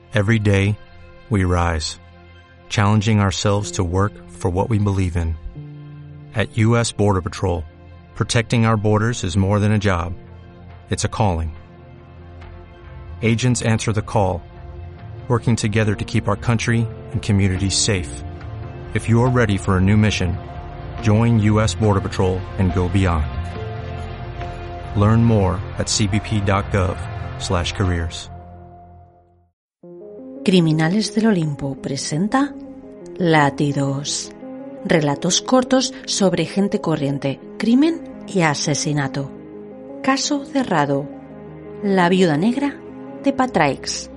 Every day, we rise, challenging ourselves to work for what we believe in. At U.S. Border Patrol, protecting our borders is more than a job. It's a calling. Agents answer the call, working together to keep our country and communities safe. If you are ready for a new mission, join U.S. Border Patrol and go beyond. Learn more at cbp.gov/careers. Criminales del Olimpo presenta Latidos. Relatos cortos sobre gente corriente, crimen y asesinato. Caso cerrado. La viuda negra de Patraix.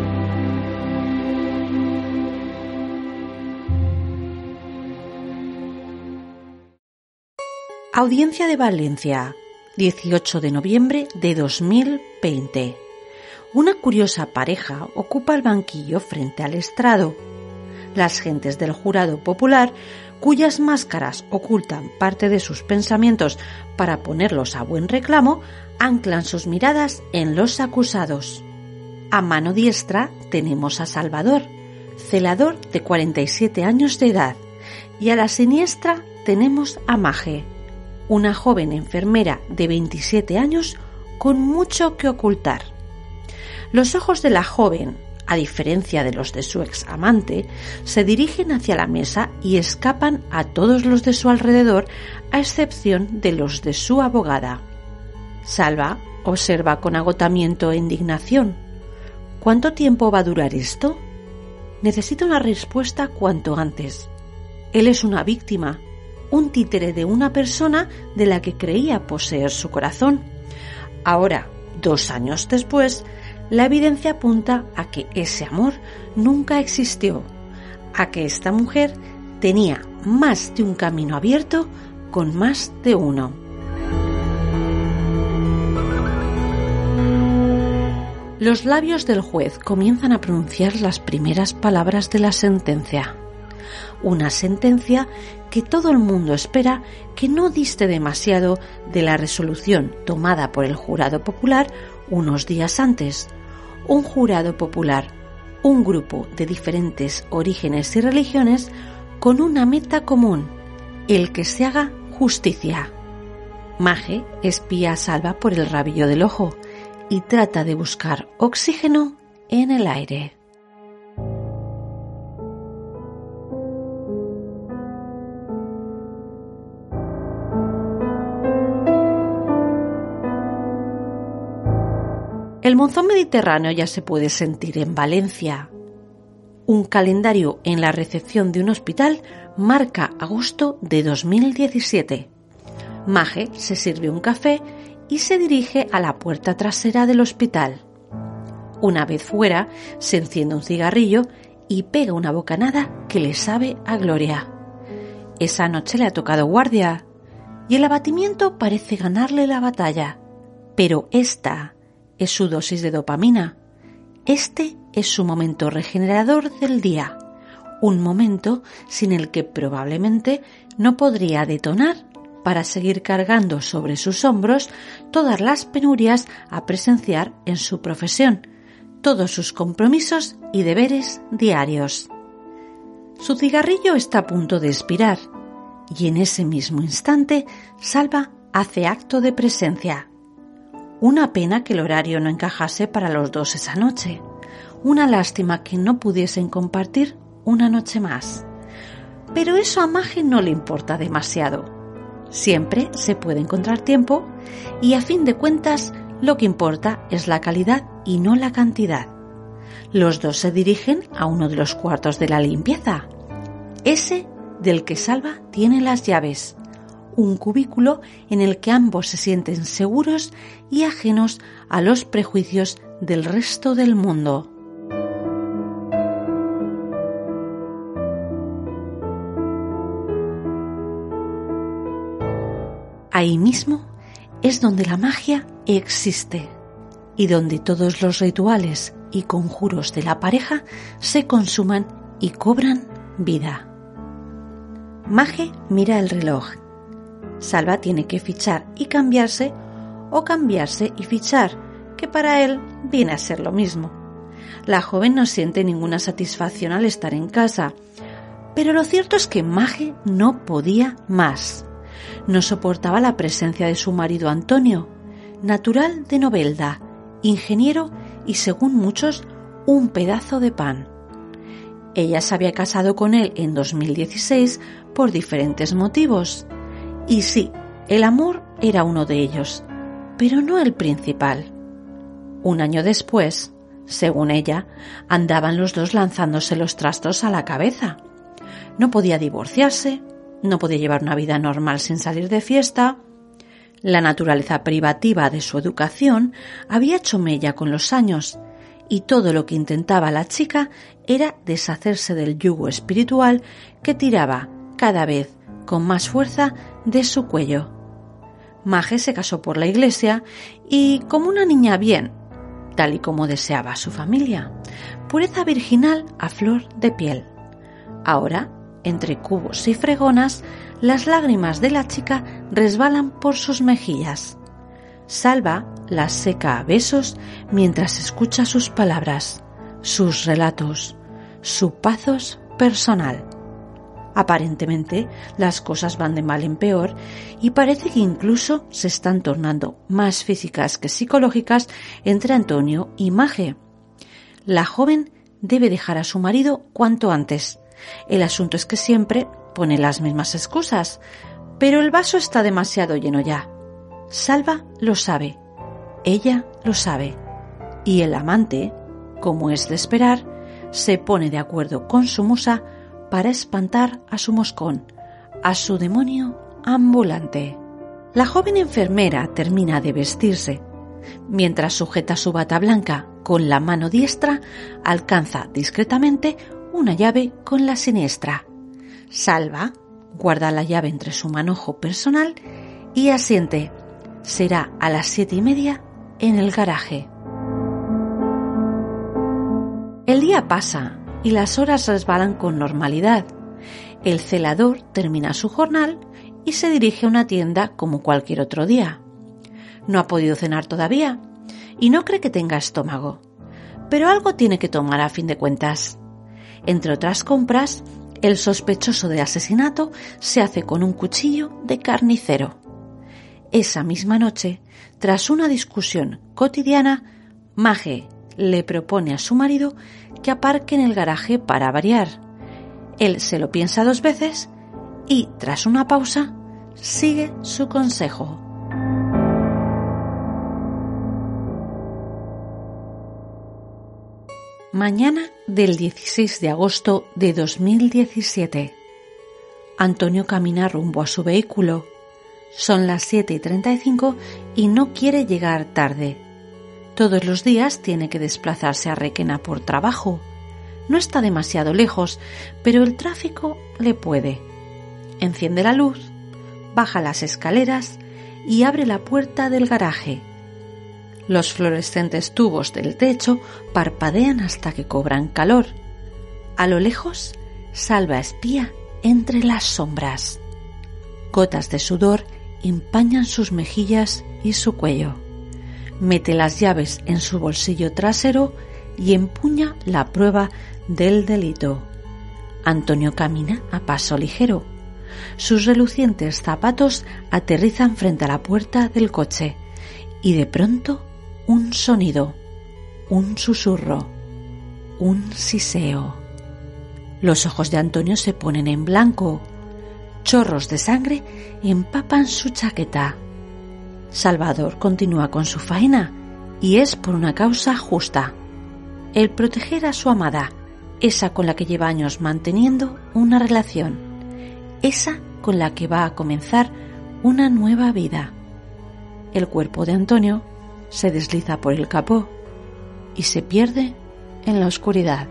Audiencia de Valencia, 18 de noviembre de 2020. Una curiosa pareja ocupa el banquillo frente al estrado. Las gentes del jurado popular, cuyas máscaras ocultan parte de sus pensamientos para ponerlos a buen reclamo, anclan sus miradas en los acusados. A mano diestra tenemos a Salvador, celador de 47 años de edad, y a la siniestra tenemos a Maje, una joven enfermera de 27 años con mucho que ocultar. Los ojos de la joven, a diferencia de los de su ex amante, se dirigen hacia la mesa y escapan a todos los de su alrededor, a excepción de los de su abogada. Salva observa con agotamiento e indignación. ¿Cuánto tiempo va a durar esto? Necesita una respuesta cuanto antes. Él es una víctima, un títere de una persona de la que creía poseer su corazón. Ahora, 2 años después, la evidencia apunta a que ese amor nunca existió, a que esta mujer tenía más de un camino abierto con más de uno. Los labios del juez comienzan a pronunciar las primeras palabras de la sentencia. Una sentencia que todo el mundo espera que no diste demasiado de la resolución tomada por el jurado popular unos días antes. Un jurado popular, un grupo de diferentes orígenes y religiones con una meta común, el que se haga justicia. Maje espía a Salva por el rabillo del ojo y trata de buscar oxígeno en el aire. El monzón mediterráneo ya se puede sentir en Valencia. Un calendario en la recepción de un hospital marca agosto de 2017. Maje se sirve un café y se dirige a la puerta trasera del hospital. Una vez fuera, se enciende un cigarrillo y pega una bocanada que le sabe a gloria. Esa noche le ha tocado guardia y el abatimiento parece ganarle la batalla. Pero esta es su dosis de dopamina. Este es su momento regenerador del día, un momento sin el que probablemente no podría detonar para seguir cargando sobre sus hombros todas las penurias a presenciar en su profesión, todos sus compromisos y deberes diarios. Su cigarrillo está a punto de expirar y en ese mismo instante Salva hace acto de presencia. Una pena que el horario no encajase para los dos esa noche. Una lástima que no pudiesen compartir una noche más. Pero eso a Maje no le importa demasiado. Siempre se puede encontrar tiempo y a fin de cuentas lo que importa es la calidad y no la cantidad. Los dos se dirigen a uno de los cuartos de la limpieza, ese del que Salva tiene las llaves. Un cubículo en el que ambos se sienten seguros y ajenos a los prejuicios del resto del mundo. Ahí mismo es donde la magia existe y donde todos los rituales y conjuros de la pareja se consuman y cobran vida. Maje mira el reloj. Salva tiene que fichar y cambiarse, o cambiarse y fichar, que para él viene a ser lo mismo. La joven no siente ninguna satisfacción al estar en casa, pero lo cierto es que Mage no podía más. No soportaba la presencia de su marido Antonio, natural de Novelda, ingeniero y, según muchos, un pedazo de pan. Ella se había casado con él en 2016 por diferentes motivos. Y sí, el amor era uno de ellos, pero no el principal. Un año después, según ella, andaban los dos lanzándose los trastos a la cabeza. No podía divorciarse, no podía llevar una vida normal sin salir de fiesta. La naturaleza privativa de su educación había hecho mella con los años, y todo lo que intentaba la chica era deshacerse del yugo espiritual que tiraba cada vez con más fuerza de su cuello. Mage se casó por la iglesia y como una niña bien, tal y como deseaba su familia, pureza virginal a flor de piel. Ahora, entre cubos y fregonas, las lágrimas de la chica resbalan por sus mejillas. Salva las seca a besos mientras escucha sus palabras, sus relatos, su pathos personal. Aparentemente, las cosas van de mal en peor y parece que incluso se están tornando más físicas que psicológicas entre Antonio y Mage. La joven debe dejar a su marido cuanto antes. El asunto es que siempre pone las mismas excusas, pero el vaso está demasiado lleno ya. Salva lo sabe, ella lo sabe, y el amante, como es de esperar, se pone de acuerdo con su musa para espantar a su moscón, a su demonio ambulante. La joven enfermera termina de vestirse. Mientras sujeta su bata blanca con la mano diestra, alcanza discretamente una llave con la siniestra. Salva guarda la llave entre su manojo personal y asiente. Será a las 7:30 en el garaje. El día pasa y las horas resbalan con normalidad. El celador termina su jornal y se dirige a una tienda como cualquier otro día. No ha podido cenar todavía y no cree que tenga estómago, pero algo tiene que tomar a fin de cuentas. Entre otras compras, el sospechoso de asesinato se hace con un cuchillo de carnicero. Esa misma noche, tras una discusión cotidiana, Mage le propone a su marido que aparque en el garaje para variar. Él se lo piensa 2 veces y, tras una pausa, sigue su consejo. Mañana del 16 de agosto de 2017. Antonio camina rumbo a su vehículo. Son las 7:35 y no quiere llegar tarde. Todos los días tiene que desplazarse a Requena por trabajo. No está demasiado lejos, pero el tráfico le puede. Enciende la luz, baja las escaleras y abre la puerta del garaje. Los fluorescentes tubos del techo parpadean hasta que cobran calor. A lo lejos, Salva espía entre las sombras. Gotas de sudor empañan sus mejillas y su cuello. Mete las llaves en su bolsillo trasero y empuña la prueba del delito. Antonio camina a paso ligero. Sus relucientes zapatos aterrizan frente a la puerta del coche y de pronto un sonido, un susurro, un siseo. Los ojos de Antonio se ponen en blanco. Chorros de sangre empapan su chaqueta. Salvador continúa con su faena y es por una causa justa: el proteger a su amada, esa con la que lleva años manteniendo una relación, esa con la que va a comenzar una nueva vida. El cuerpo de Antonio se desliza por el capó y se pierde en la oscuridad.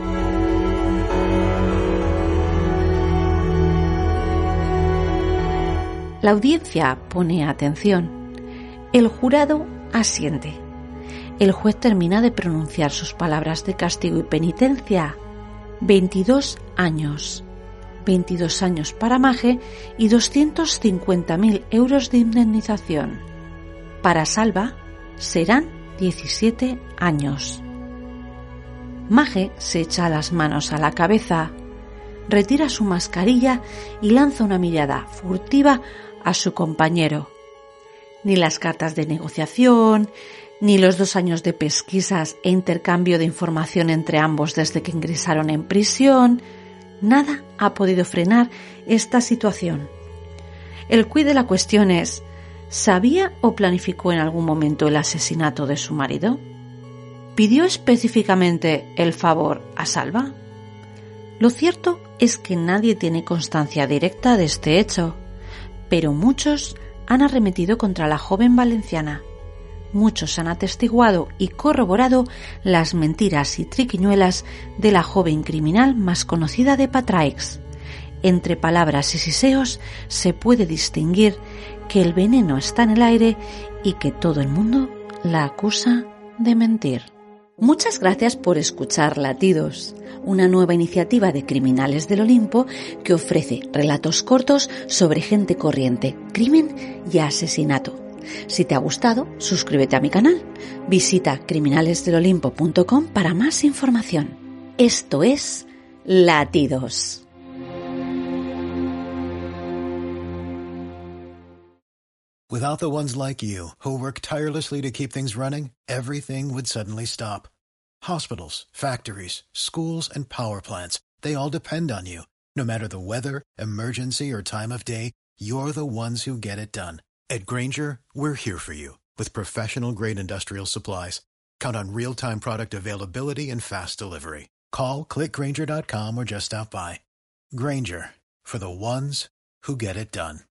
La audiencia pone atención. El jurado asiente. El juez termina de pronunciar sus palabras de castigo y penitencia. 22 años. 22 años para Mage y 250.000 euros de indemnización. Para Salva serán 17 años. Maggie se echa las manos a la cabeza, retira su mascarilla y lanza una mirada furtiva a su compañero. Ni las cartas de negociación, ni los 2 años de pesquisas e intercambio de información entre ambos desde que ingresaron en prisión, nada ha podido frenar esta situación. El quid de la cuestión es, ¿sabía o planificó en algún momento el asesinato de su marido? ¿Pidió específicamente el favor a Salva? Lo cierto es que nadie tiene constancia directa de este hecho, pero muchos han arremetido contra la joven valenciana. Muchos han atestiguado y corroborado las mentiras y triquiñuelas de la joven criminal más conocida de Patraix. Entre palabras y siseos se puede distinguir que el veneno está en el aire y que todo el mundo la acusa de mentir. Muchas gracias por escuchar Latidos, una nueva iniciativa de Criminales del Olimpo que ofrece relatos cortos sobre gente corriente, crimen y asesinato. Si te ha gustado, suscríbete a mi canal. Visita criminalesdelolimpo.com para más información. Esto es Latidos. Without the ones like you, who work tirelessly to keep things running, everything would suddenly stop. Hospitals, factories, schools, and power plants, they all depend on you. No matter the weather, emergency, or time of day, you're the ones who get it done. At Grainger, we're here for you with professional-grade industrial supplies. Count on real-time product availability and fast delivery. Call, click Grainger.com, or just stop by. Grainger, for the ones who get it done.